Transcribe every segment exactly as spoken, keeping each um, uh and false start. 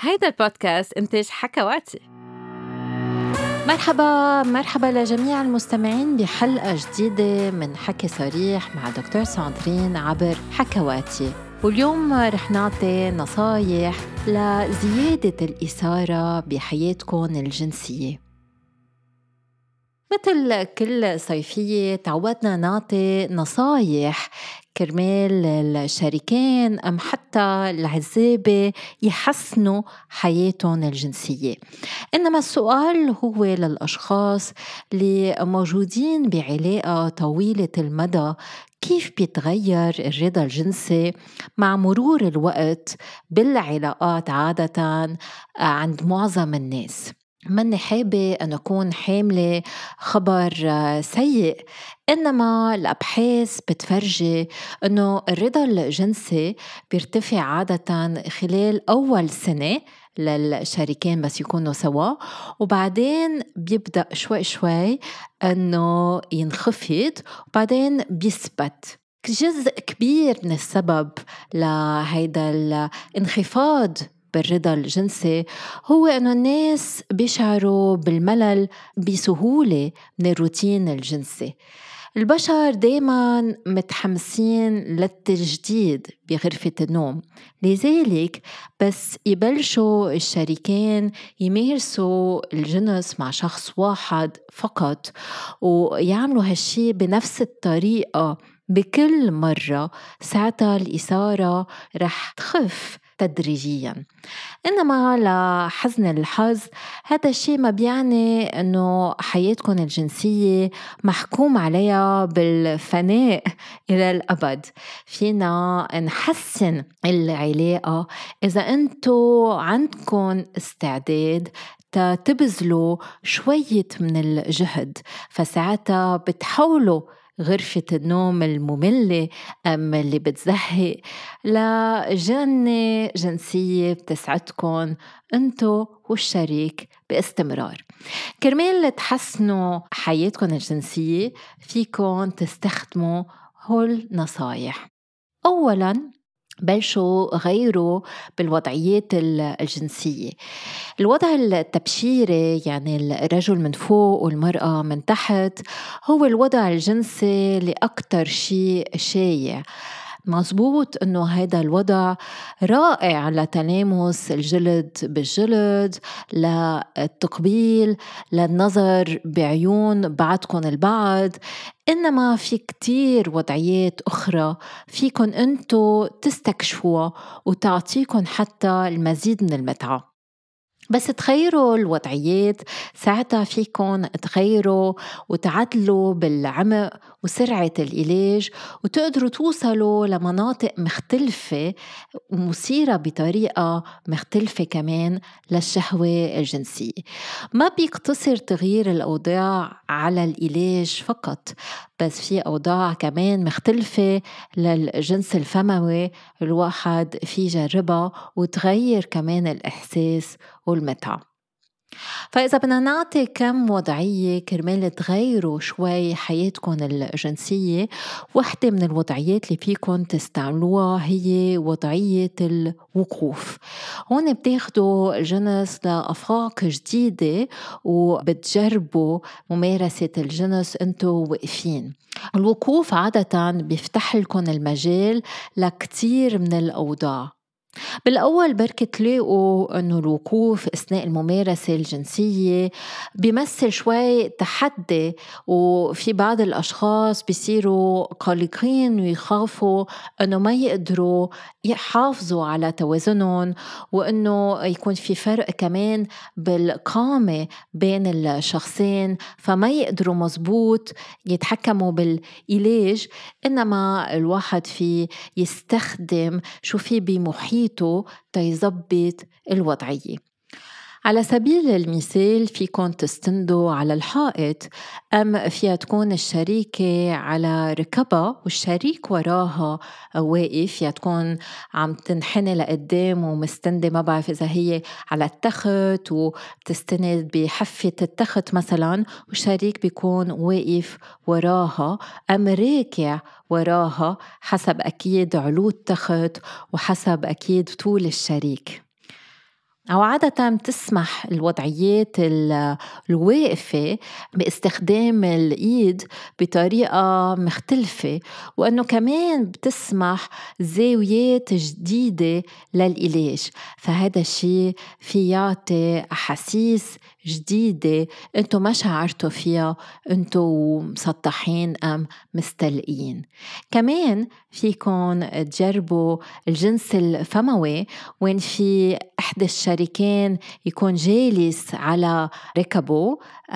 هيدا البودكاست إنتاج حكواتي. مرحبا مرحبا لجميع المستمعين بحلقة جديدة من حكي صريح مع دكتور ساندرين عبر حكواتي. واليوم رح نعطي نصايح لزيادة الإثارة بحياتكم الجنسية. مثل كل صيفية تعودنا نعطي نصايح كرمال الشريكين أم حتى العزابة يحسنوا حياتهم الجنسية. إنما السؤال هو للأشخاص اللي موجودين بعلاقة طويلة المدى، كيف بيتغير الرضا الجنسي مع مرور الوقت بالعلاقات عادة عند معظم الناس؟ ماني حابة أن أكون حاملة خبر سيء، إنما الأبحاث بتفرجي أنه الرضا الجنسي بيرتفع عادة خلال أول سنة للشريكين بس يكونوا سوا، وبعدين بيبدأ شوي شوي أنه ينخفض وبعدين بيثبت. جزء كبير من السبب لهيدا الانخفاض بالرضا الجنسي هو أنه الناس بيشعروا بالملل بسهولة من الروتين الجنسي. البشر دايما متحمسين للتجديد بغرفة النوم، لذلك بس يبلشوا الشريكين يمارسوا الجنس مع شخص واحد فقط ويعملوا هالشي بنفس الطريقة بكل مرة، ساعتها الإثارة رح تخف تدريجياً. إنما لحزن الحظ هذا الشيء ما بيعني أنه حياتكم الجنسية محكوم عليها بالفناء إلى الأبد. فينا نحسن العلاقة إذا أنتو عندكم استعداد تبذلوا شوية من الجهد، فساعتها بتحولوا غرفة النوم المملة أم اللي بتزهق لجنة جنسية بتسعدكم أنتو والشريك باستمرار. كرمال تحسنوا حياتكم الجنسية فيكم تستخدموا هول نصايح. أولاً بلشوا غيروا بالوضعيات الجنسية. الوضع التبشيري يعني الرجل من فوق والمرأة من تحت هو الوضع الجنسي اللي أكتر شيء شايع. مظبوط أنه هذا الوضع رائع لتلامس الجلد بالجلد، للتقبيل، للنظر بعيون بعضكم البعض، إنما في كتير وضعيات أخرى فيكن أنتو تستكشفوها وتعطيكن حتى المزيد من المتعة. بس تغيروا الوضعيات ساعتها فيكن تغيروا وتعدلوا بالعمق وسرعة العلاج وتقدروا توصلوا لمناطق مختلفة ومثيرة بطريقة مختلفة كمان للشهوة الجنسية. ما بيقتصر تغيير الأوضاع على العلاج فقط، بس في أوضاع كمان مختلفة للجنس الفموي الواحد في جربها وتغير كمان الإحساس والمتعة. فإذا بدنا نعطي كم وضعية كرمال تغيروا شوي حياتكم الجنسية، واحدة من الوضعيات اللي فيكم تستعملوها هي وضعية الوقوف. هون بتاخدوا الجنس لأفاق جديدة وبتجربوا ممارسة الجنس انتو واقفين. الوقوف عادة بيفتح لكم المجال لكتير من الأوضاع. بالأول بركة تلاقوا أنه الوقوف أثناء الممارسة الجنسية بيمثل شوي تحدي، وفي بعض الأشخاص بيصيروا قلقين ويخافوا أنه ما يقدروا يحافظوا على توازنهم، وأنه يكون في فرق كمان بالقامة بين الشخصين فما يقدروا مزبوط يتحكموا بالعلاج. إنما الواحد في يستخدم شو في بمحيط تيزبط الوضعية. على سبيل المثال فيكن تستندوا على الحائط، أم فيها تكون الشريكة على ركبها والشريك وراها واقف، فيها تكون عم تنحني لقدام ومستندة، ما بعرف إذا هي على التخت وبتستند بحفة التخت مثلا، والشريك بيكون واقف وراها أم راكع وراها، حسب أكيد علو التخت وحسب أكيد طول الشريك. أو عادة بتسمح الوضعيات الواقفة باستخدام الإيد بطريقة مختلفة، وأنه كمان بتسمح زاويات جديدة للعلاج. فهذا الشيء في يعطي أحاسيس جديدة أنتو ما شعرتوا فيها أنتو مسطحين أم مستلقين. كمان فيكن تجربوا الجنس الفموي وين في إحدى الشريكين يكون جالس على ركبه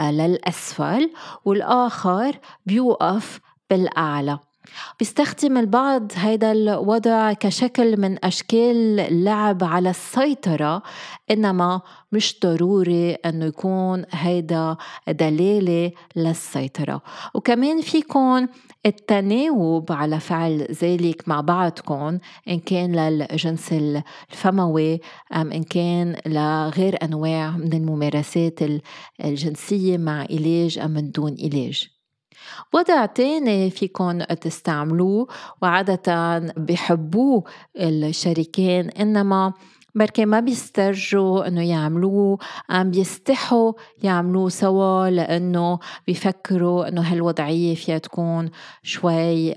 للأسفل والآخر بيوقف بالأعلى. بيستخدم البعض هيدا الوضع كشكل من أشكال اللعب على السيطرة، إنما مش ضروري أنه يكون هيدا دلالة للسيطرة. وكمان فيكون التناوب على فعل ذلك مع بعضكم، إن كان للجنس الفموي أم إن كان لغير أنواع من الممارسات الجنسية مع علاج أم من دون علاج. وضع تاني فيكن تستعملوه وعادة بيحبوه الشريكين، إنما بركي ما بيسترجوا إنه يعملوه، أم بيستحوا يعملوه سوا لأنه بيفكروا إنه هالوضعية فيها تكون شوي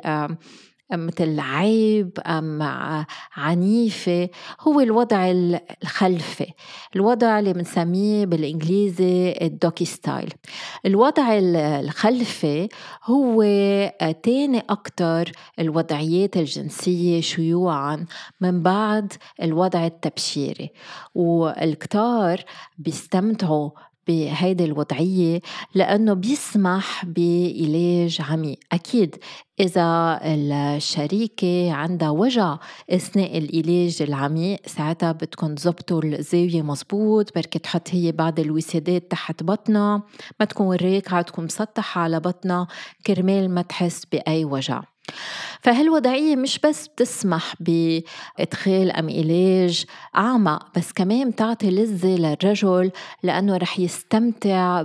مثل عيب أم عنيفة. هو الوضع الخلفي، الوضع اللي بنسميه بالإنجليزي الدوكي ستايل. الوضع الخلفي هو تاني أكتر الوضعيات الجنسية شيوعاً من بعد الوضع التبشيري، والكتار بيستمتعوا بهيدي الوضعية لأنه بيسمح بعلاج عميق. أكيد إذا الشريكة عندها وجع أثناء العلاج العميق ساعتها بتكون زبطوا الزاوية مزبوط، بركة تحط هي بعض الوسادات تحت بطنها، ما تكون راكعة، تكون مسطحة على بطنها كرمال ما تحس بأي وجع. فهالوضعية مش بس بتسمح بإدخال أم علاج أعمق، بس كمان بتعطي لذة للرجل لأنه رح يستمتع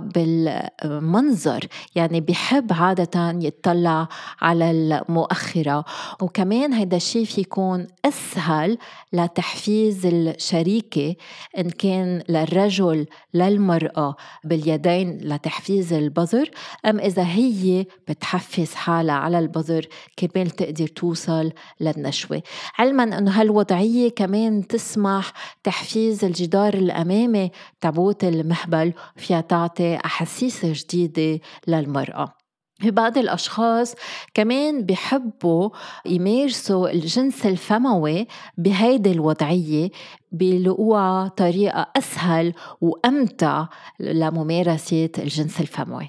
بالمنظر، يعني بيحب عادة يتطلع على المؤخرة. وكمان هيدا الشيء يكون أسهل لتحفيز الشريكة، إن كان للرجل للمرأة باليدين لتحفيز البظر، أم إذا هي بتحفز حالها على البظر كمان تقدر توصل للنشوة. علما أنه هالوضعية كمان تسمح تحفيز الجدار الأمامي تبوت المهبل، فيها تعطي أحاسيس جديدة للمرأة. في بعض الأشخاص كمان بيحبوا يمارسوا الجنس الفموي بهيدي الوضعية، بيلقوها طريقة أسهل وأمتع لممارسة الجنس الفموي.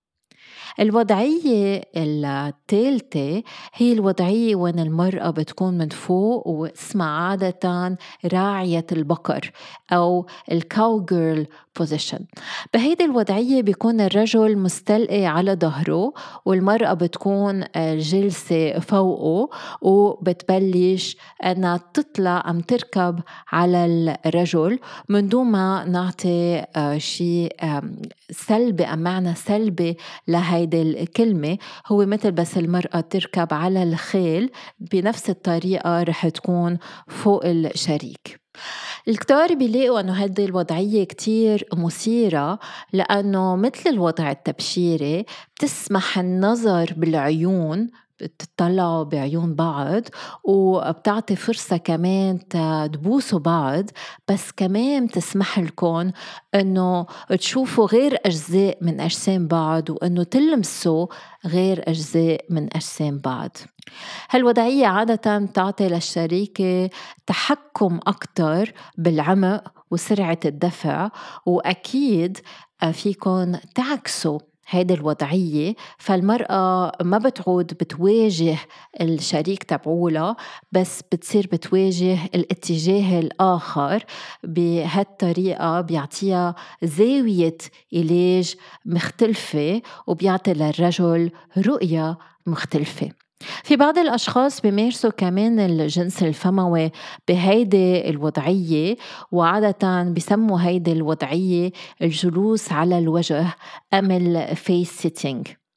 الوضعية الثالثة هي الوضعية وين المرأة بتكون من فوق واسمها عادة راعية البقر أو الكاو جيرل بوزيشن. بهيدي الوضعية بيكون الرجل مستلقي على ظهره والمرأة بتكون جلسة فوقه، وبتبلش أنها تطلع أم تركب على الرجل من دون ما نعطي شيء سلبي أم معنى سلبي لهيدي الكلمة. هو مثل بس المرأة تركب على الخيل بنفس الطريقة رح تكون فوق الشريك. الكتار بيلاقوا أنه هذه الوضعية كتير مثيرة لأنه مثل الوضع التبشيري بتسمح النظر بالعيون، بتطلعوا بعيون بعض وبتعطي فرصة كمان تبوسوا بعض، بس كمان تسمح لكم أنه تشوفوا غير أجزاء من أجسام بعض وأنه تلمسوا غير أجزاء من أجسام بعض. هالوضعية عادة تعطي للشريكة تحكم أكتر بالعمق وسرعة الدفع، وأكيد فيكن تعكسوا هيدي الوضعية، فالمرأة ما بتعود بتواجه الشريك تبعولها، بس بتصير بتواجه الاتجاه الآخر. بهالطريقة بيعطيها زاوية علاج مختلفة وبيعطي للرجل رؤية مختلفة. في بعض الأشخاص بيمارسوا كمان الجنس الفموي بهيدي الوضعية، وعادة بيسموا هيدي الوضعية الجلوس على الوجه أم الفيس سيتينج.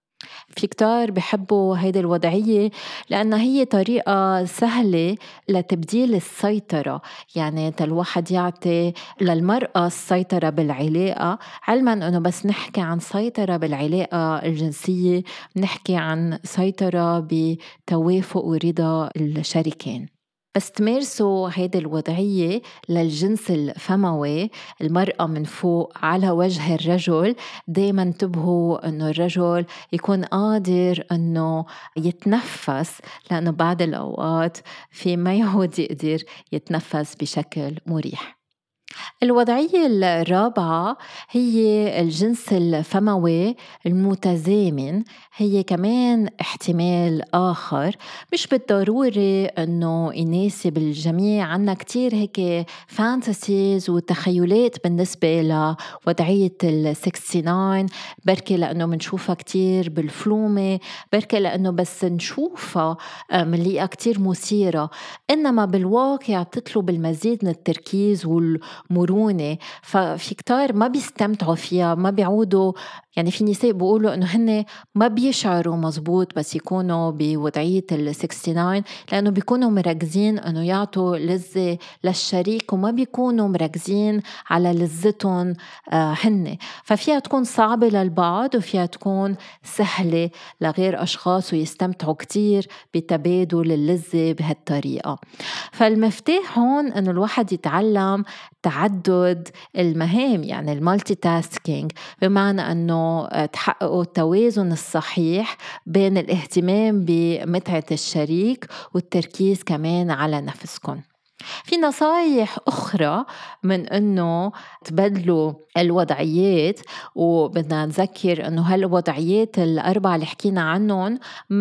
في كتار بيحبوا هيدي الوضعية لأنها هي طريقة سهلة لتبديل السيطرة، يعني الواحد يعطي للمرأة السيطرة بالعلاقة، علما أنه بس نحكي عن سيطرة بالعلاقة الجنسية نحكي عن سيطرة بتوافق ورضا الشريكين. بس تمارسوا هيدي الوضعية للجنس الفموي، المرأة من فوق على وجه الرجل، دايما انتبهوا أنه الرجل يكون قادر أنه يتنفس، لأنه بعض الأوقات في ما يعود يقدر يتنفس بشكل مريح. الوضعية الرابعة هي الجنس الفموي المتزامن، هي كمان احتمال آخر مش بالضروري أنه يناسب الجميع. عنا كتير هيك فانتسيز وتخيلات بالنسبة لوضعية الستين وتسعين، بركي لأنه منشوفها كتير بالفلومة، بركي لأنه بس نشوفها مليئة كتير مثيرة، إنما بالواقع تطلب المزيد من التركيز والمرونة. ففي كتار ما بيستمتعوا فيها، ما بيعودوا، يعني في نساء بيقولوا إنه هن ما بيشعروا مزبوط بس يكونوا بوضعية الستين وتسعين، لأنه بيكونوا مركزين إنه يعطوا لذة للشريك وما بيكونوا مركزين على لذتهم آه هن. ففيها تكون صعبة للبعض وفيها تكون سهلة لغير أشخاص ويستمتعوا كتير بتبادل اللذة بهالطريقة. فالمفتاح هون إنه الواحد يتعلم تعدد المهام، يعني المالتي تاسكينج، بمعنى أنه تحققوا التوازن الصحيح بين الاهتمام بمتعة الشريك والتركيز كمان على نفسكم. في نصايح أخرى من أنه تبدلوا الوضعيات، وبدنا نذكر أنه هالوضعيات الأربعة اللي حكينا عنهم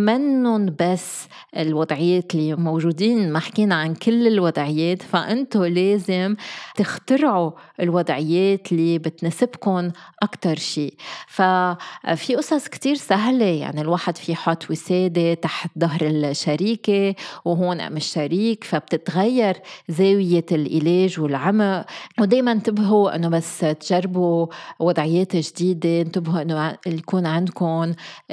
منن بس الوضعيات اللي موجودين، ما حكينا عن كل الوضعيات، فأنتوا لازم تخترعوا الوضعيات اللي بتناسبكم أكتر شيء. ففي قصص كتير سهلة، يعني الواحد في حط وسادة تحت ظهر الشريكة وهون أم الشريك، فبتتغير زاوية العلاج والعمق. ودايما انتبهوا أنه بس تجربوا وضعيات جديدة، انتبهوا أنه يكون عندكم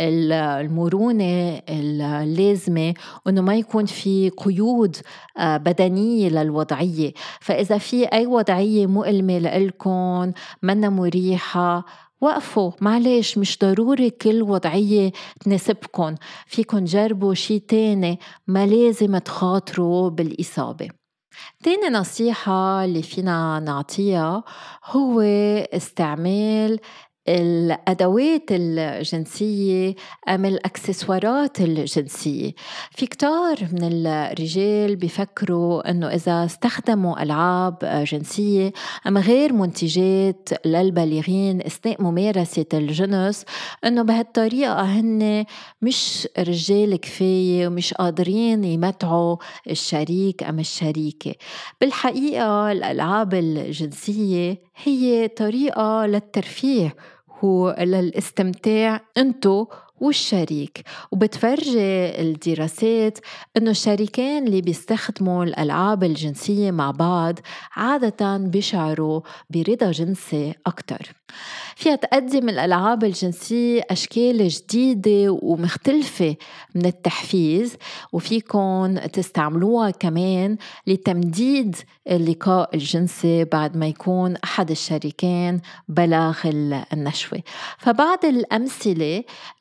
المرونة اللازمة وأنه ما يكون في قيود بدنية للوضعية. فإذا في أي وضعية مؤلمة لإلكم منا مريحة، وقفوا، معلش مش ضروري كل وضعية تناسبكم، فيكن جربوا شي تاني، ما لازم تخاطروا بالإصابة. تاني نصيحة اللي فينا نعطيها هو استعمال الأدوات الجنسية أم الأكسسوارات الجنسية. في كتار من الرجال بيفكروا أنه إذا استخدموا ألعاب جنسية أم غير منتجات للبالغين أثناء ممارسة الجنس أنه بهالطريقة هن مش رجال كفاية ومش قادرين يمتعوا الشريك أم الشريكة. بالحقيقة الألعاب الجنسية هي طريقة للترفيه وللاستمتاع أنتو والشريك، وبتفرجي الدراسات أنه الشريكين اللي بيستخدموا الألعاب الجنسية مع بعض عادة بيشعروا برضا جنسي أكتر. فيها تقدم الألعاب الجنسية أشكال جديدة ومختلفة من التحفيز، وفيكن تستعملوها كمان لتمديد اللقاء الجنسي بعد ما يكون أحد الشريكين بلغ النشوة. فبعض الأمثلة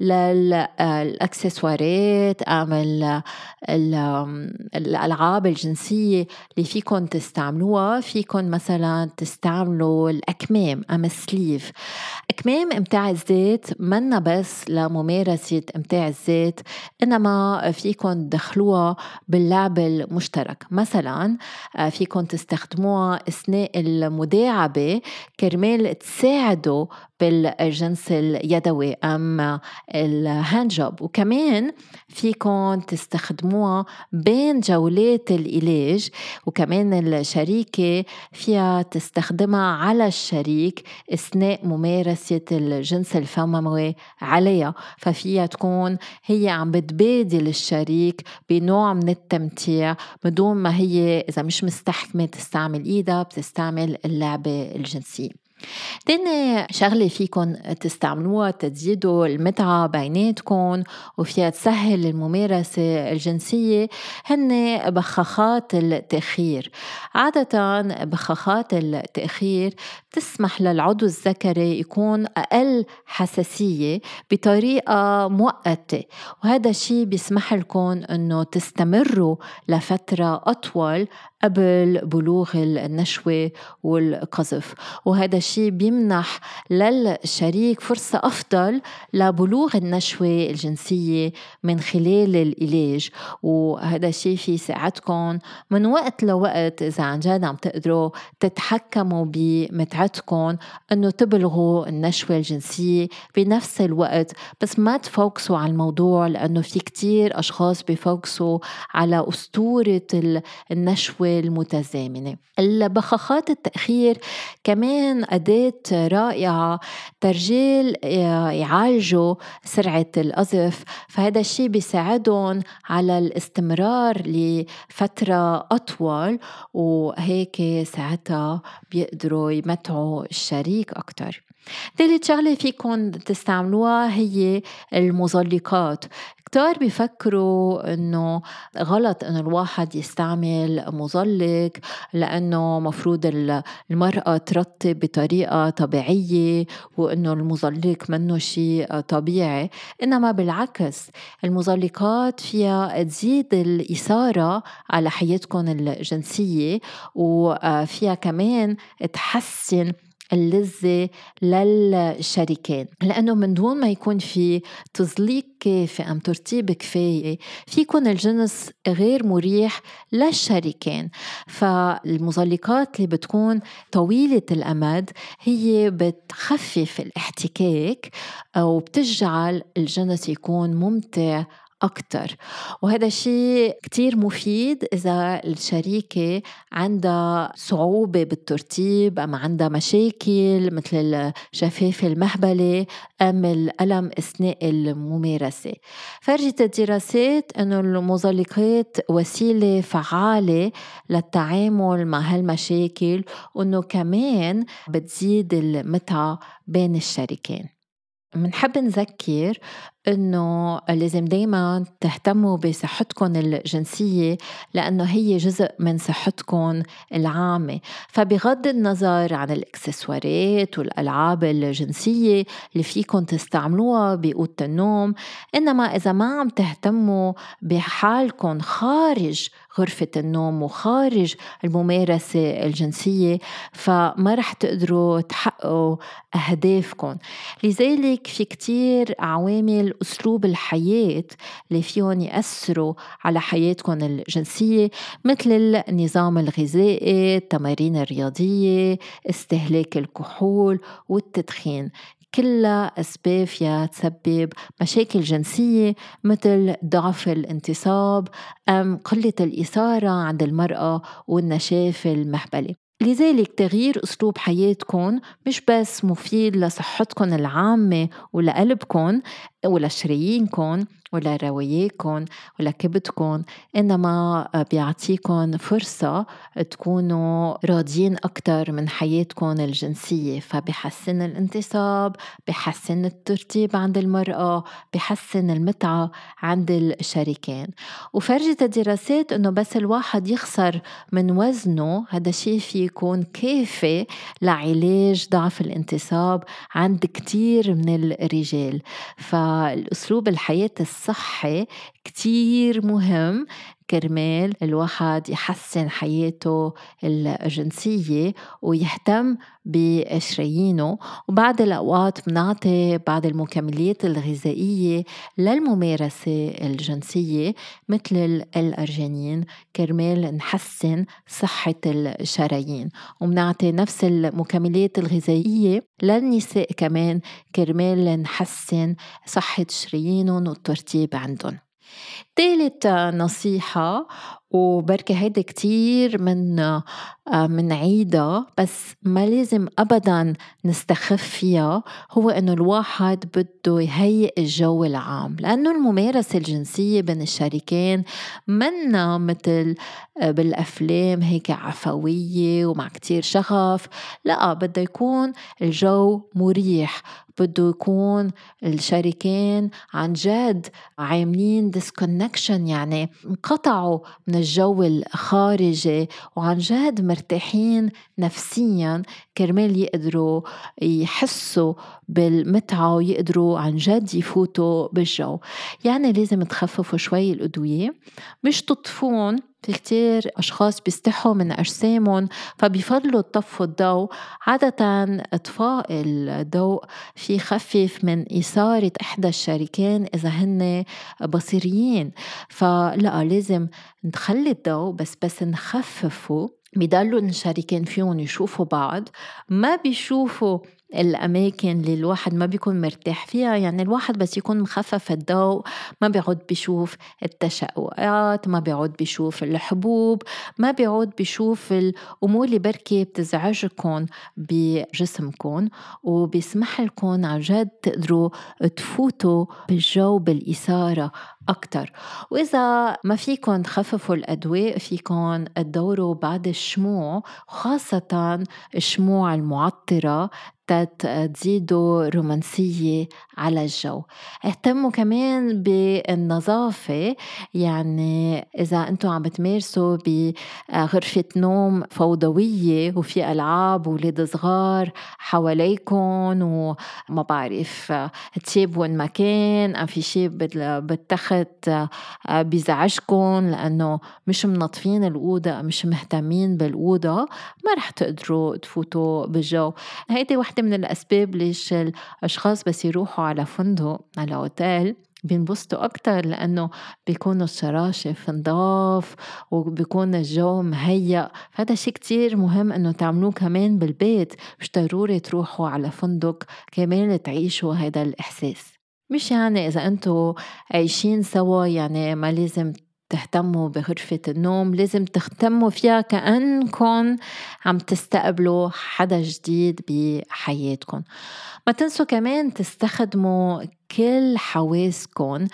للأكسسوارات أم الألعاب الجنسية اللي فيكن تستعملوها، فيكن مثلا تستعملوا الأكمام أم السليف. أكمام إمتاع الذات منا بس لممارسة إمتاع الذات، إنما فيكن تدخلوها باللعب المشترك. مثلا فيكن تستخدموها أثناء المداعبة كرمال تساعدوا بالجنس اليدوي أم الهاند جوب، وكمان فيكن تستخدموها بين جولات العلاج، وكمان الشريكة فيها تستخدمها على الشريك أثناء ممارسة الجنس الفموي عليها. ففيها تكون هي عم بتبادل الشريك بنوع من التمتيع بدون ما هي إذا مش مستحكمة تستعمل إيدها بتستعمل اللعبة الجنسية. تاني شغلة فيكن تستعملوها تزيدوا المتعة بيناتكن وفيها تسهل الممارسة الجنسية هن بخاخات التأخير. عادة بخاخات التأخير تسمح للعضو الذكري يكون أقل حساسية بطريقة مؤقتة، وهذا الشيء بيسمح لكم أنه تستمروا لفترة أطول قبل بلوغ النشوة والقذف، وهذا الشيء بيمنح للشريك فرصة أفضل لبلوغ النشوة الجنسية من خلال العلاج. وهذا الشيء في ساعدكم من وقت لوقت إذا عن جد عم تقدروا تتحكموا بمتعتكم أنه تبلغوا النشوة الجنسية بنفس الوقت، بس ما تفوكسوا على الموضوع، لأنه في كتير أشخاص بيفوكسوا على أسطورة النشوة المتزامنة. البخاخات التأخير كمان أداة رائعة ترجيل يعالجوا سرعة القذف، فهذا الشيء بيساعدهم على الاستمرار لفترة أطول، وهيك ساعتها بيقدروا يمتعوا الشريك أكتر. ثالث شغلة فيكن تستعملوها هي المزلقات. كتار بيفكروا إنه غلط إنه الواحد يستعمل مزلق لأنه مفروض المرأة ترطب بطريقة طبيعية وإنه المزلق منه شيء طبيعي، إنما بالعكس المزلقات فيها تزيد الإثارة على حياتكم الجنسية، وفيها كمان تحسن اللذة للشريكين، لأنه من دون ما يكون في تزليق كافي أم ترطيب كفاية فيكون الجنس غير مريح للشريكين. فالمزلقات اللي بتكون طويلة الأمد هي بتخفف الاحتكاك وبتجعل الجنس يكون ممتع أكتر، وهذا الشيء كتير مفيد إذا الشريكة عندها صعوبة بالترتيب أم عندها مشاكل مثل الجفاف المهبلي أم الألم أثناء الممارسة. فرجت الدراسات أنه المزلقات وسيلة فعالة للتعامل مع هالمشاكل، وأنه كمان بتزيد المتعة بين الشريكين. منحب نذكر إنه لازم دايما تهتموا بصحتكم الجنسية لأنه هي جزء من صحتكم العامة، فبغض النظر عن الإكسسوارات والألعاب الجنسية اللي فيكم تستعملوها بأوضة النوم، إنما إذا ما عم تهتموا بحالكم خارج غرفة النوم وخارج الممارسة الجنسية فما رح تقدروا تحققوا أهدافكم. لذلك في كتير عوامل أسلوب الحياة اللي فيهم يأثروا على حياتكم الجنسية، مثل النظام الغذائي، التمارين الرياضية، استهلاك الكحول والتدخين، كلها أسباب فيها تسبب مشاكل جنسية مثل ضعف الانتصاب أم قلة الإثارة عند المرأة والنشاف المهبلي. لذلك تغيير أسلوب حياتكم مش بس مفيد لصحتكم العامة ولقلبكم ولشرايينكم ولا رواياكم ولا كبدكم، إنما بيعطيكم فرصة تكونوا راضيين أكتر من حياتكم الجنسية، فبيحسن الانتصاب، بيحسن الترتيب عند المرأة، بيحسن المتعة عند الشريكين. وفرجت الدراسات إنه بس الواحد يخسر من وزنه هذا شيء في يكون كافي لعلاج ضعف الانتصاب عند كتير من الرجال. فالأسلوب الحياة الصحي كتير مهم كرمال الواحد يحسن حياته الجنسية ويهتم بشرايينه. وبعد الأوقات بنعطي بعض المكملات الغذائية للممارسة الجنسية مثل الأرجينين كرمال نحسن صحة الشرايين، وبنعطي نفس المكملات الغذائية للنساء كمان كرمال نحسن صحة شرايينهم والترتيب عندهم. ثالث نصيحة وبركي هيدا كتير من من عيدة، بس ما لازم أبداً نستخف فيها. هو إنه الواحد بده يهيئ الجو العام، لأنه الممارسة الجنسية بين الشريكين منا مثل بالأفلام هيك عفوية ومع كتير شغف. لا، بده يكون الجو مريح، بده يكون الشريكين عن جد عاملين disconnection، يعني انقطعوا من الجو الخارجي وعن جد مرتاحين نفسياً كرمال يقدروا يحسوا بالمتعة ويقدروا عن جد يفوتوا بالجو. يعني لازم تخففوا شوي الأدوية، مش تطفون. في كتير أشخاص بيستحوا من أجسامهم فبيفضلوا تطفوا الضوء. عادة إطفاء الضوء في خفف من إثارة إحدى الشريكين إذا هن بصريين، فلا لازم نخلي الضوء بس بس نخففه. بيضلوا الشريكين فيهم يشوفوا بعض، ما بيشوفوا الأماكن اللي الواحد ما بيكون مرتاح فيها. يعني الواحد بس يكون مخفف الضوء ما بيعود بيشوف التشققات، ما بيعود بيشوف الحبوب، ما بيعود بيشوف الأمور اللي بركي بتزعجكم بجسمكم، وبيسمح لكم عن جد تقدروا تفوتوا بالجو بالإثارة أكتر. وإذا ما فيكن تخففوا الأدواء فيكن تدوروا بعد الشموع، خاصة الشموع المعطرة تزيدوا رومانسية على الجو. اهتموا كمان بالنظافة، يعني إذا أنتوا عم بتمارسوا بغرفة نوم فوضوية وفي ألعاب ولاد صغار حواليكن وما بعرف تسيبوا المكان أو في شيء بالتخت بيزعجكن لأنه مش منظفين الأوضة، مش مهتمين بالأوضة، ما رح تقدروا تفوتوا بالجو. هيدي واحدة من الأسباب ليش الأشخاص بس يروحوا على فندق على أوتيل بينبسطوا أكتر، لأنه بيكونوا الشراشف نضاف وبيكون الجو مهيأ. فهذا شيء كتير مهم أنه تعملوه كمان بالبيت، مش ضروري تروحوا على فندق كمان تعيشوا هذا الإحساس. مش يعني إذا أنتوا عايشين سوا يعني ما لازم تهتموا بغرفة النوم، لازم تهتموا فيها كأنكم عم تستقبلوا حدا جديد بحياتكم. ما تنسوا كمان تستخدموا كل حواسكم.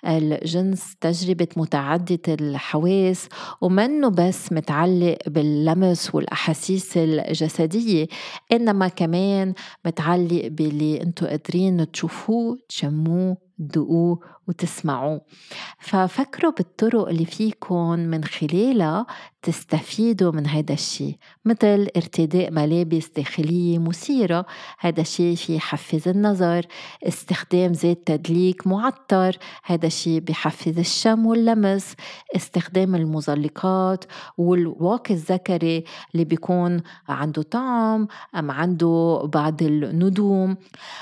الجنس تجربة متعددة الحواس، ومنه بس متعلق باللمس والأحاسيس الجسدية، إنما كمان متعلق باللي انتوا قادرين تشوفوه، تشموه، تدوقوه وتسمعوه. ففكروا بالطرق اللي فيكم من خلالها تستفيدوا من هذا الشيء، مثل ارتداء ملابس داخلية مثيرة، هذا الشيء في يحفز النظر. استخدام زيت تدليك معطر، هذا الشيء بيحفز الشم واللمس. استخدام المزلقات والواقي الذكري اللي بيكون عنده طعم أم عنده بعض الندوم.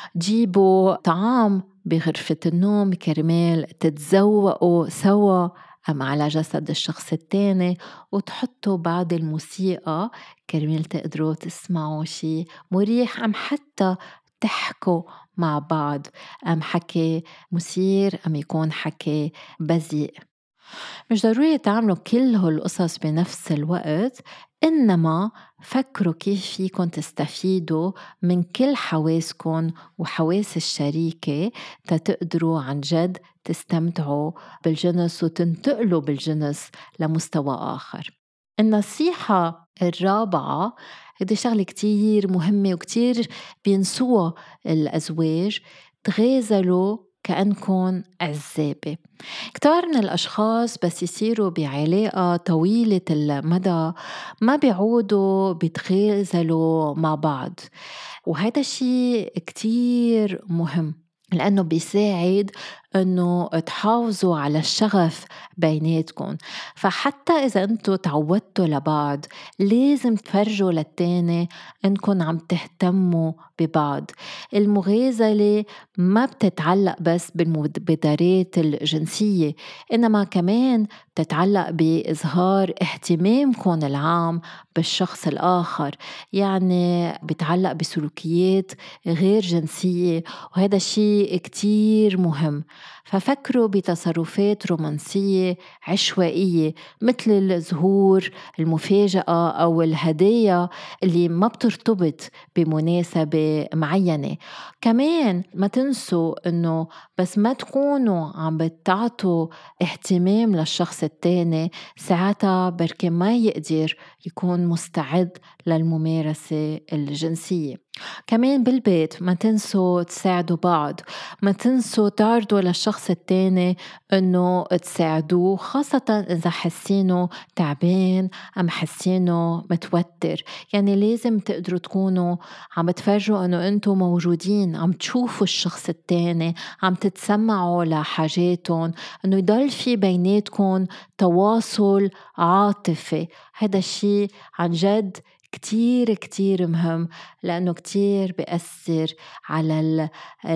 جيبوا طعام بغرفة النوم كرمال تتزوقوا سوا أم على جسد الشخص التاني، وتحطوا بعض الموسيقى كرمال تقدروا تسمعوا شي مريح، أم حتى تحكوا مع بعض، أم حكي مثير أم يكون حكي بذيء. مش ضروري تعملوا كل هالقصص بنفس الوقت، إنما فكروا كيف فيكن تستفيدوا من كل حواسكن وحواس الشريكة تتقدروا عن جد تستمتعوا بالجنس وتنتقلوا بالجنس لمستوى آخر. النصيحة الرابعة، هذه شغلة كتير مهمة وكتير بينسوها الأزواج: تغازلوا كأنكن عزابة. كتار من الأشخاص بس يصيروا بعلاقة طويلة المدى ما بيعودوا بيتغازلوا مع بعض، وهذا الشيء كتير مهم لأنه بيساعد أنه تحافظوا على الشغف بيناتكم. فحتى إذا أنتوا تعودتوا لبعض لازم تفرجوا للتاني أنكم عم تهتموا ببعض. المغازلة ما بتتعلق بس بالمبادرات الجنسية، إنما كمان بتتعلق بإظهار اهتمامكم العام بالشخص الآخر، يعني بتتعلق بسلوكيات غير جنسية، وهذا الشيء كتير مهم. ففكروا بتصرفات رومانسية عشوائية مثل الزهور المفاجئة أو الهدايا اللي ما بترتبط بمناسبة معينة. كمان ما تنسوا إنه بس ما تكونوا عم بتعطوا اهتمام للشخص التاني، ساعتها بركي ما يقدر يكون مستعد للممارسة الجنسية. كمان بالبيت ما تنسوا تساعدوا بعض، ما تنسوا تعرضوا للشخص التاني انه تساعدوه، خاصة اذا حسينه تعبان ام حسينه متوتر. يعني لازم تقدروا تكونوا عم تفرجوا انه انتوا موجودين، عم تشوفوا الشخص التاني، عم تتسمعوا لحاجاتهم، انه يضل في بيناتكم تواصل عاطفي. هذا الشيء عن جد كتير كتير مهم، لأنه كتير بيأثر على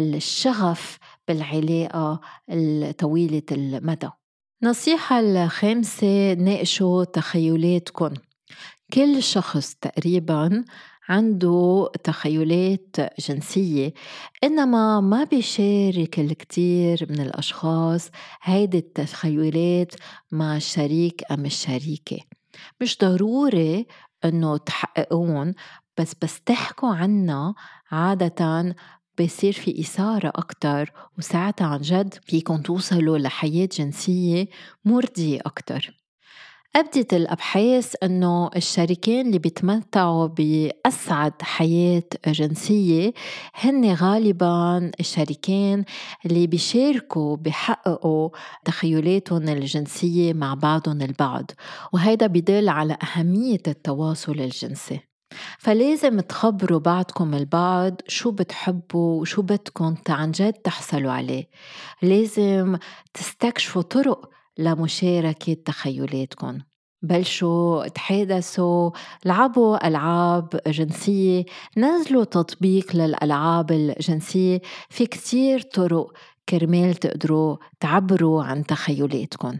الشغف بالعلاقة الطويلة المدى. نصيحة الخامسة، ناقشوا تخيلاتكم. كل شخص تقريباً عنده تخيلات جنسية، إنما ما بيشارك الكثير من الأشخاص هيدي التخيلات مع الشريك أم الشريكة. مش ضروري إنه تحققون، بس بس تحكوا عنا عادة بيصير في إثارة أكتر، وساعتها عن جد فيكن توصلوا لحياة جنسية مرضية أكتر. أبدت الأبحاث أنه الشريكين اللي بيتمتعوا بأسعد حياة جنسية هن غالباً الشريكين اللي بيشاركوا بيحققوا تخيلاتهم الجنسية مع بعضهم البعض، وهذا بيدل على أهمية التواصل الجنسي. فلازم تخبروا بعضكم البعض شو بتحبوا وشو بدكم عن جد تحصلوا عليه. لازم تستكشفوا طرق لمشاركة تخيلاتكم. بلشوا تحدثوا، لعبوا ألعاب جنسية، نزلوا تطبيق للألعاب الجنسية. في كتير طرق كرمال تقدروا تعبروا عن تخيلاتكم.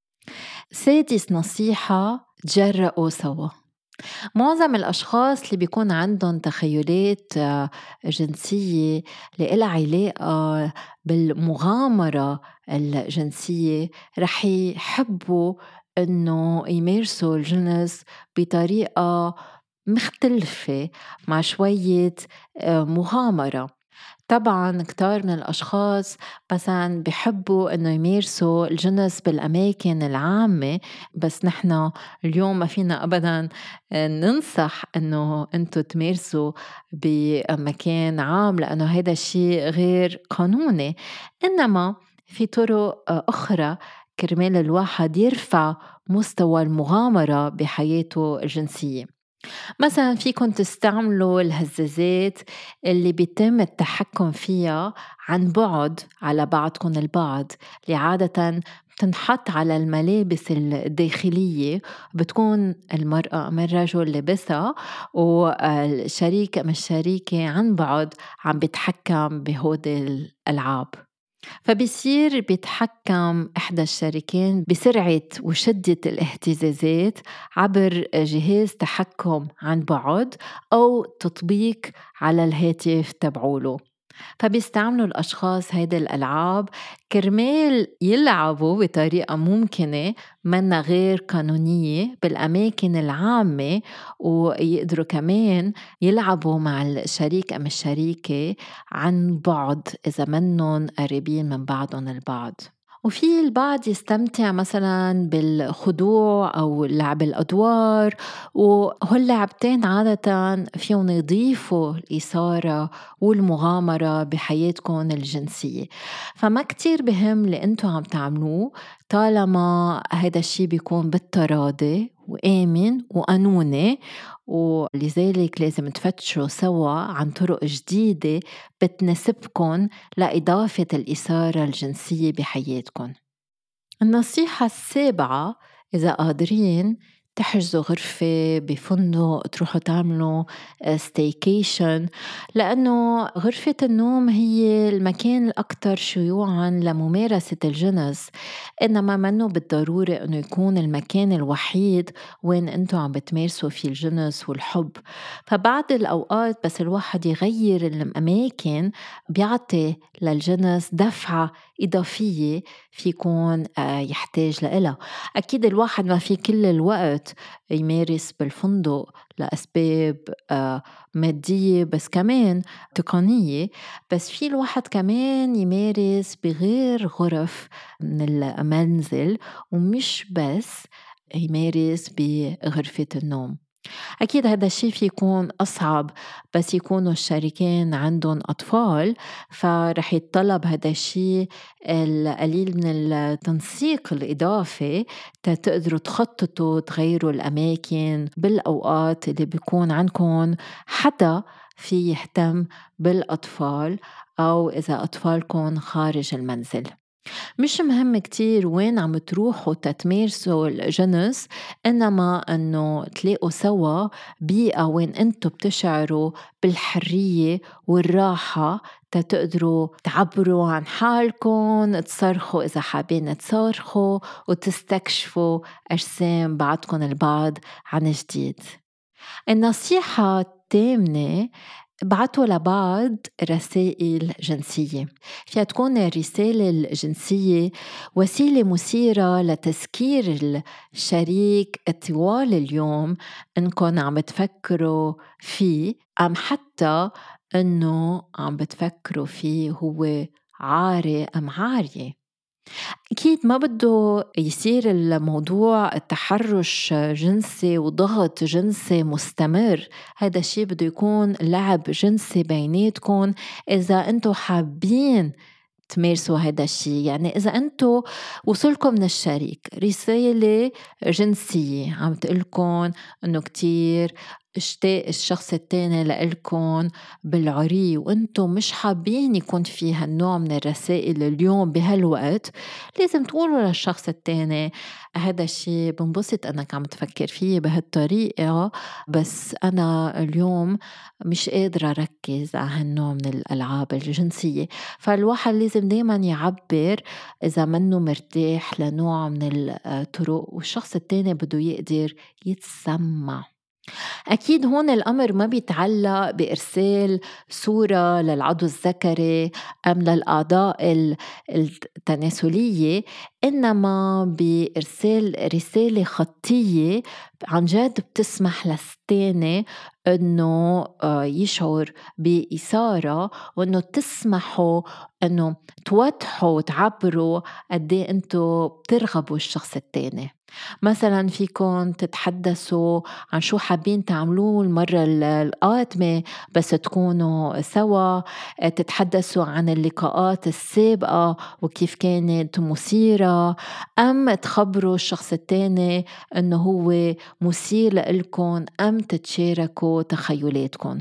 سادس نصيحة، تجرأوا سوا. معظم الأشخاص اللي بيكون عندهم تخيلات جنسية اللي إلها علاقة بالمغامرة الجنسية رح يحبوا إنه يمارسوا الجنس بطريقة مختلفة مع شوية مغامرة. طبعاً كتار من الأشخاص مثلاً بيحبوا إنه يمارسوا الجنس بالأماكن العامة، بس نحن اليوم ما فينا أبداً ننصح إنه أنتوا تمارسوا بمكان عام، لأنه هذا الشيء غير قانوني. إنما في طرق أخرى كرمال الواحد يرفع مستوى المغامرة بحياته الجنسية. مثلا فيكن تستعملوا الهزازات اللي بيتم التحكم فيها عن بعد على بعضكم البعض، اللي عادة بتنحط على الملابس الداخلية، بتكون المرأة من الرجل لبسها، والشريك من الشريكة عن بعد عم بيتحكم بهودي الألعاب. فبيصير بيتحكم إحدى الشريكين بسرعة وشدة الاهتزازات عبر جهاز تحكم عن بعد أو تطبيق على الهاتف تبعوله. فبيستعملوا الأشخاص هيدا الألعاب كرمال يلعبوا بطريقة ممكنة منا غير قانونية بالأماكن العامة، ويقدروا كمان يلعبوا مع الشريك أم الشريكة عن بعد إذا منن قريبين من بعضهم البعض. وفي البعض يستمتع مثلا بالخضوع أو لعب الأدوار، وهاللعبتين عادة فيهم يضيفوا الإثارة والمغامرة بحياتكم الجنسية. فما كتير بهم اللي انتوا عم تعملوه طالما هذا الشيء بيكون بالتراضي وآمن وقانوني، ولذلك لازم تفتشوا سوا عن طرق جديدة بتناسبكم لإضافة الإثارة الجنسية بحياتكم. النصيحة السابعة، إذا قادرين تحجزوا غرفة بفندق، تروحوا تعملوا ستيكيشن، لأنه غرفة النوم هي المكان الأكثر شيوعاً لممارسة الجنس، إنما منه بالضرورة أنه يكون المكان الوحيد وين أنتوا عم بتمارسوا فيه الجنس والحب. فبعض الأوقات بس الواحد يغير الأماكن بيعطي للجنس دفعة إضافية فيكون يحتاج لإلها. أكيد الواحد ما في كل الوقت يمارس بالفندق لأسباب مادية بس كمان تقنية، بس في الواحد كمان يمارس بغير غرف من المنزل، ومش بس يمارس بغرفة النوم. أكيد هذا الشيء في يكون أصعب بس يكونوا الشريكين عندهم أطفال، فرح يتطلب هذا الشيء القليل من التنسيق الإضافي تقدروا تخططوا تغيروا الأماكن بالأوقات اللي بيكون عندكم حدا في يهتم بالأطفال، أو إذا أطفالكم خارج المنزل. مش مهم كتير وين عم تروحوا تتمارسوا الجنس، إنما أنه تلاقوا سوا بيئة وين أنتوا بتشعروا بالحرية والراحة تقدروا تعبروا عن حالكم، تصرخوا إذا حابين تصرخوا، وتستكشفوا أجسام بعضكم البعض عن جديد. النصيحة الثامنة: بعتوا لبعض رسائل جنسية. فيها تكون الرسالة الجنسية وسيلة مثيرة لتذكير الشريك طوال اليوم إنكم عم بتفكروا فيه، أم حتى إنه عم بتفكروا فيه هو عاري أم عارية. أكيد ما بده يصير الموضوع تحرش جنسي وضغط جنسي مستمر، هذا الشيء بده يكون لعب جنسي بيناتكم إذا أنتوا حابين تمارسوا هذا الشيء. يعني إذا أنتوا وصلكم من الشريك رسالة جنسية عم تقولكم أنه كتير اشتاق الشخص التاني لإلكم بالعري، وانتم مش حابين يكون في هالنوع من الرسائل اليوم بهالوقت، لازم تقولوا للشخص التاني هذا الشيء بنبسط أنك عم تفكر فيه بهالطريقة، بس أنا اليوم مش قادرة أركز على هالنوع من الألعاب الجنسية. فالواحد لازم دايما يعبر إذا منه مرتاح لنوع من الطرق، والشخص التاني بده يقدر يتسمع. أكيد هون الأمر ما بيتعلق بإرسال صورة للعضو الذكري أم للأعضاء التناسلية، إنما بإرسال رسالة خطية عن جد بتسمح للثاني إنه يشعر بإثارة، وإنه تسمحوا إنه توضحوا وتعبروا قديه أنتوا بترغبوا الشخص التاني. مثلا فيكن تتحدثوا عن شو حابين تعملوه المرة القادمة بس تكونوا سوا، تتحدثوا عن اللقاءات السابقة وكيف كانت مثيرة، أم تخبروا الشخص التاني أنه هو مثير لإلكن، أم تتشاركوا تخيلاتكن.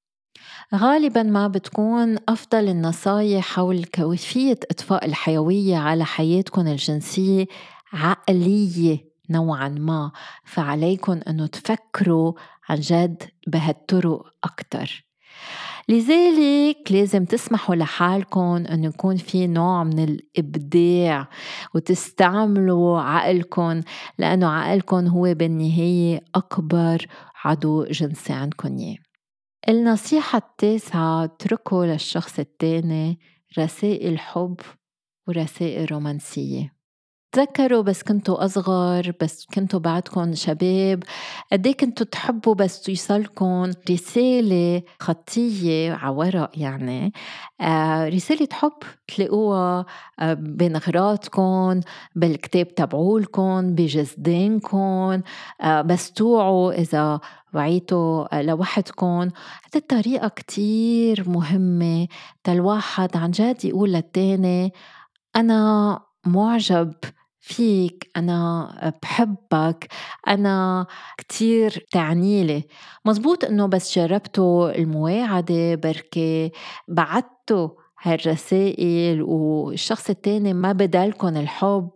غالبا ما بتكون أفضل النصايح حول كيفية إطفاء الحيوية على حياتكن الجنسية عقلية نوعا ما، فعليكن أنه تفكروا عن جد بهالطرق أكتر. لذلك لازم تسمحوا لحالكم أنه يكون في نوع من الإبداع وتستعملوا عقلكم، لأنه عقلكم هو بالنهاية أكبر عضو جنسي عندكم. يه. النصيحة التاسعة: اتركوا للشخص التاني رسائل حب ورسائل رومانسية. تذكروا بس كنتوا أصغر، بس كنتوا بعدكم شباب، قديه كنتوا تحبوا بس يوصلكم رسالة خطية عورق، يعني آه رسالة حب تلاقوها آه بين غراتكم، بالكتاب تبعولكم، بجزدانكم، آه بس توعوا إذا وعيتوا لوحدكم. هذه الطريقة كتير مهمة تالواحد عن جد يقول للتاني أنا معجب فيك، أنا بحبك، أنا كتير تعنيلي. مزبوط إنه بس جربتوا المواعدة، بركي بعدتوا هالرسائل والشخص التاني ما بدالكن الحب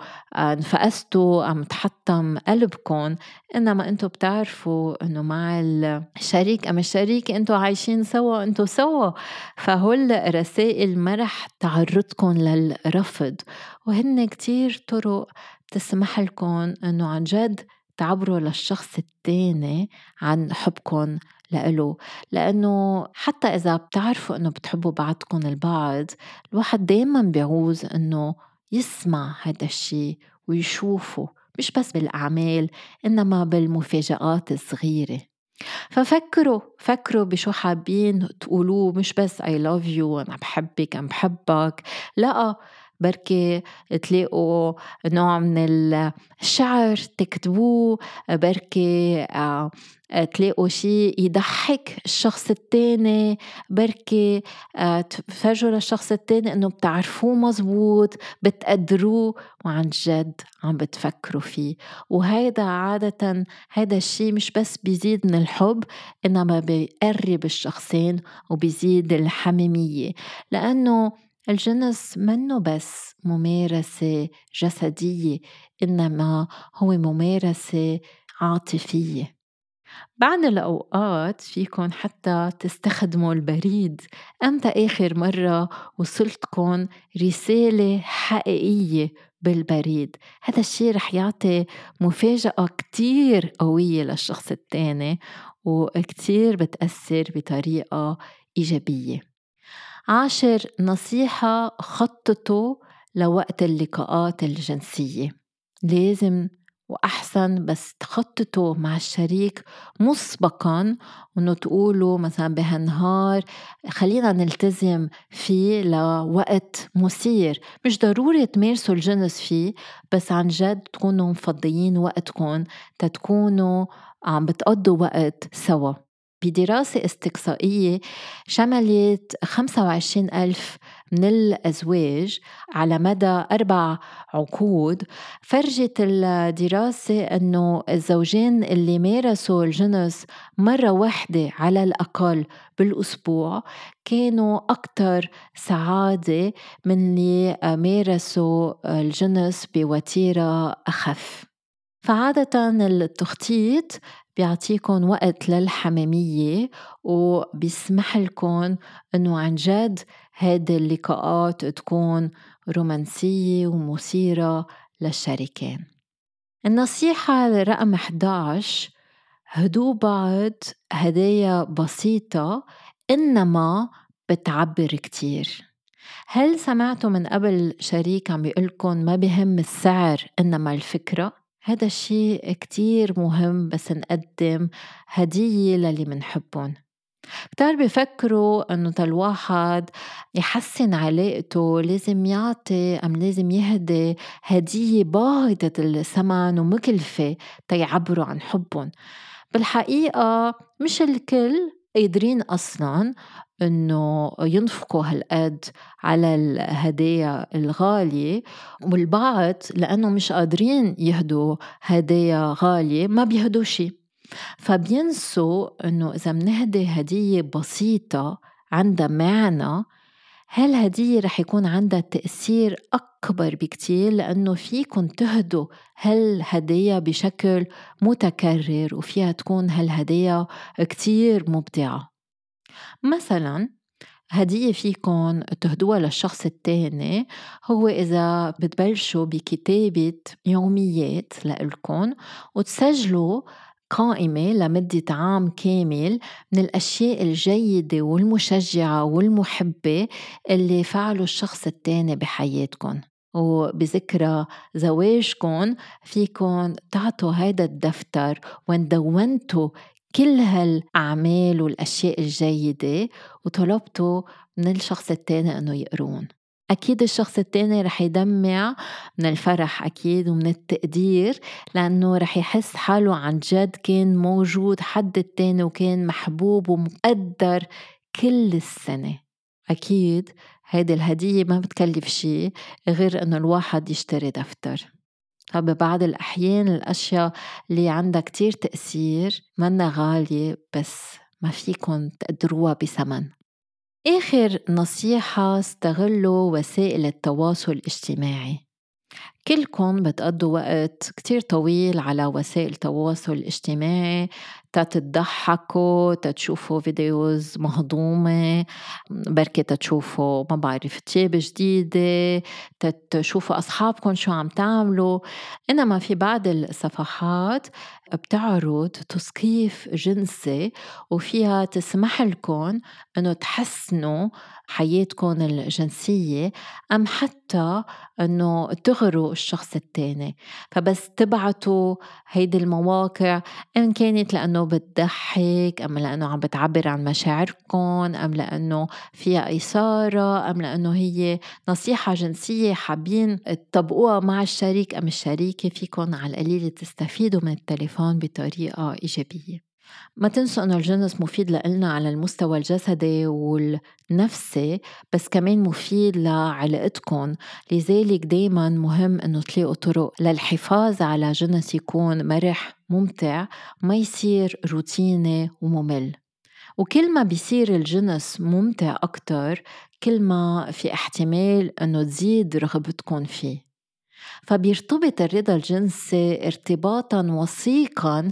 ونفقستوا أم تحطم قلبكن، إنما أنتوا بتعرفوا إنه مع الشريك أم الشريك أنتوا عايشين سوا، أنتوا سوا، فهول رسائل ما رح تعرضكن للرفض. وهن كتير طرق تسمح لكم إنه عن جد تعبروا للشخص التاني عن حبكن لإله، لأنه حتى إذا بتعرفوا إنه بتحبوا بعضكم البعض، الواحد دايماً بيعوز إنه يسمع هذا الشي ويشوفه، مش بس بالأعمال إنما بالمفاجآت الصغيرة. ففكروا فكروا بشو حابين تقولوه، مش بس I love you أنا بحبك أنا بحبك، لأ، بركي تلاقوا نوع من الشعر تكتبوه، بركي آه تلاقوا شي يضحك الشخص التاني، بركي آه تفرجوا للشخص التاني انه بتعرفوه مزبوط، بتقدروه وعن جد عم بتفكروا فيه. وهيدا عادة هيدا الشي مش بس بيزيد من الحب، إنما بيقرب الشخصين وبيزيد الحميمية، لأنه الجنس منه بس ممارسة جسدية، إنما هو ممارسة عاطفية. بعض الأوقات فيكن حتى تستخدموا البريد. أمتى آخر مرة وصلتكن رسالة حقيقية بالبريد؟ هذا الشيء رح يعطي مفاجأة كتير قوية للشخص التاني وكتير بتأثر بطريقة إيجابية. عاشر نصيحة، خططوا لوقت اللقاءات الجنسية. لازم وأحسن بس تخططوا مع الشريك مسبقاً، وإنه تقولوا مثلاً بهالنهار خلينا نلتزم فيه لوقت مثير، مش ضروري تمارسوا الجنس فيه، بس عن جد تكونوا مفضيين وقتكم تتكونوا عم بتقضوا وقت سوا. بدراسة استقصائية شملت خمسة وعشرين ألف من الأزواج على مدى أربع عقود، فرجت الدراسة أنه الزوجين اللي مارسوا الجنس مرة واحدة على الأقل بالأسبوع كانوا أكتر سعادة من اللي مارسوا الجنس بوتيرة أخف. فعادة التخطيط بيعطيكن وقت للحميمية وبيسمح لكم أنه عن جد هذه اللقاءات تكون رومانسية ومثيرة للشريكين. النصيحة رقم إحدى عشر، هدوا بعض هدايا بسيطة إنما بتعبر كتير. هل سمعتوا من قبل شريك عم بيقولكن ما بهم السعر إنما الفكرة؟ هذا الشيء كتير مهم، بس نقدم هدية للي منحبون. كتار بيفكروا أنه الواحد يحسن علاقته لازم يعطي أم لازم يهدي هدية باهظة الثمن ومكلفة تيعبروا عن حبهم. بالحقيقة مش الكل قادرين أصلاً إنه ينفقوا هالقد على الهدايا الغالية، والبعض لأنه مش قادرين يهدوا هدايا غالية ما بيهدوا شي، فبينسوا إنه إذا منهدي هدية بسيطة عندها معنى، هالهدية رح يكون عندها تأثير أكبر بكتير، لأنه فيكن تهدوا هالهدية بشكل متكرر وفيها تكون هالهدية كتير مبدعة. مثلاً هدية فيكن تهدوها للشخص التاني هو إذا بتبلشوا بكتابة يوميات لإلكن وتسجلوا قائمة لمدة عام كامل من الأشياء الجيدة والمشجعة والمحبة اللي فعلوا الشخص التاني بحياتكن. وبذكرى زواجكن فيكن تعطوا هيدا الدفتر وين دونتوا كل هالأعمال والأشياء الجيدة وطلبتوا من الشخص التاني أنه يقرون. أكيد الشخص التاني رح يدمع من الفرح أكيد ومن التقدير، لأنه رح يحس حاله عن جد كان موجود حد التاني وكان محبوب ومقدر كل السنة. أكيد هيدي الهدية ما بتكلف شيء غير أنه الواحد يشتري دفتر. فببعض الأحيان الأشياء اللي عندها كتير تأثير منا غالية، بس ما فيكن تقدروها بثمن. آخر نصيحة، استغلوا وسائل التواصل الاجتماعي. كلكم بتقضوا وقت كتير طويل على وسائل التواصل الاجتماعي، تتضحكوا، تتشوفوا فيديوز مهضومة، بركة تتشوفوا ما بعرف تياب جديدة، تتشوفوا أصحابكم شو عم تعملوا. إنما في بعض الصفحات بتعرض تثقيف جنسي وفيها تسمح لكم أنه تحسنوا حياتكم الجنسية أم حتى أنه تغروا الشخص التاني. فبس تبعتوا هيدي المواقع إن كانت لأنه بتضحك أم لأنه عم بتعبر عن مشاعركم أم لأنه فيها إثارة أم لأنه هي نصيحة جنسية حابين تطبقوها مع الشريك أم الشريكة، فيكم على القليل تستفيدوا من التليفون بطريقة إيجابية. ما تنسوا أنه الجنس مفيد لنا على المستوى الجسدي والنفسي، بس كمان مفيد لعلاقتكم. لذلك دايما مهم أنه تلاقوا طرق للحفاظ على جنس يكون مرح ممتع، ما يصير روتيني وممل. وكل ما بيصير الجنس ممتع أكتر، كل ما في احتمال أنه تزيد رغبتكم فيه. فبيرتبط الرضا الجنسي ارتباطاً وثيقاً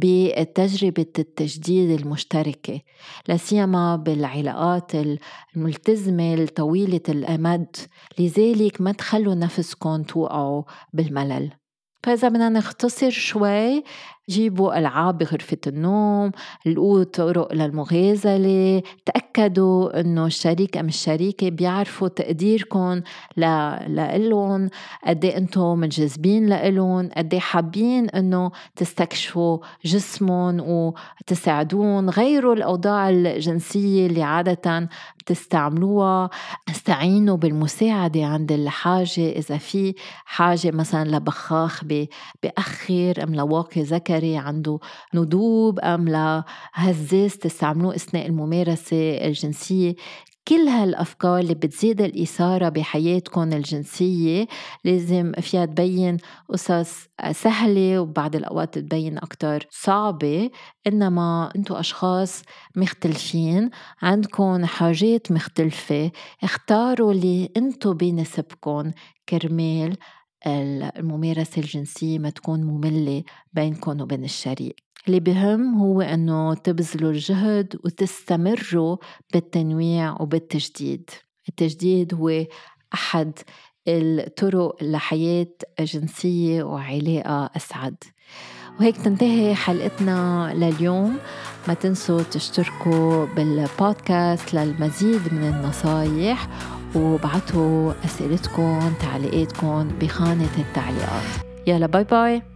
بتجربة التجديد المشتركة، لاسيما بالعلاقات الملتزمة الطويلة الأمد. لذلك ما تخلوا نفسكم توقعوا بالملل. فإذا بدنا نختصر شوي، جيبوا ألعاب بغرفة النوم، لقوا طرق للمغازلة، تأكدوا أنه الشريك أم الشريكة بيعرفوا تقديركم لإلهم، قدي أنتم منجذبين لإلهم، قدي حابين أنه تستكشفوا جسمهم وتساعدون. غيروا الأوضاع الجنسية اللي عادة بتستعملوها، استعينوا بالمساعدة عند الحاجة. إذا في حاجة مثلا لبخاخ بأخر أم لواقي ذكري عنده ندوب أم لهزاز تستعملوه أثناء الممارسة الجنسية. كل هالأفكار اللي بتزيد الإثارة بحياتكم الجنسية لازم فيها تبين قصص سهلة وبعض الأوقات تبين أكتر صعبة، إنما أنتوا أشخاص مختلفين عندكم حاجات مختلفة. اختاروا اللي أنتوا بيناسبكم كرمال الممارسة الجنسية ما تكون مملة بينكم وبين الشريك. اللي بهم هو أنه تبذلوا الجهد وتستمروا بالتنويع وبالتجديد. التجديد هو أحد الطرق لحياة جنسية وعلاقة أسعد. وهيك تنتهي حلقتنا لليوم. ما تنسوا تشتركوا بالبودكاست للمزيد من النصايح، وبعتوا أسئلتكم تعليقاتكم بخانة التعليقات. يلا باي باي.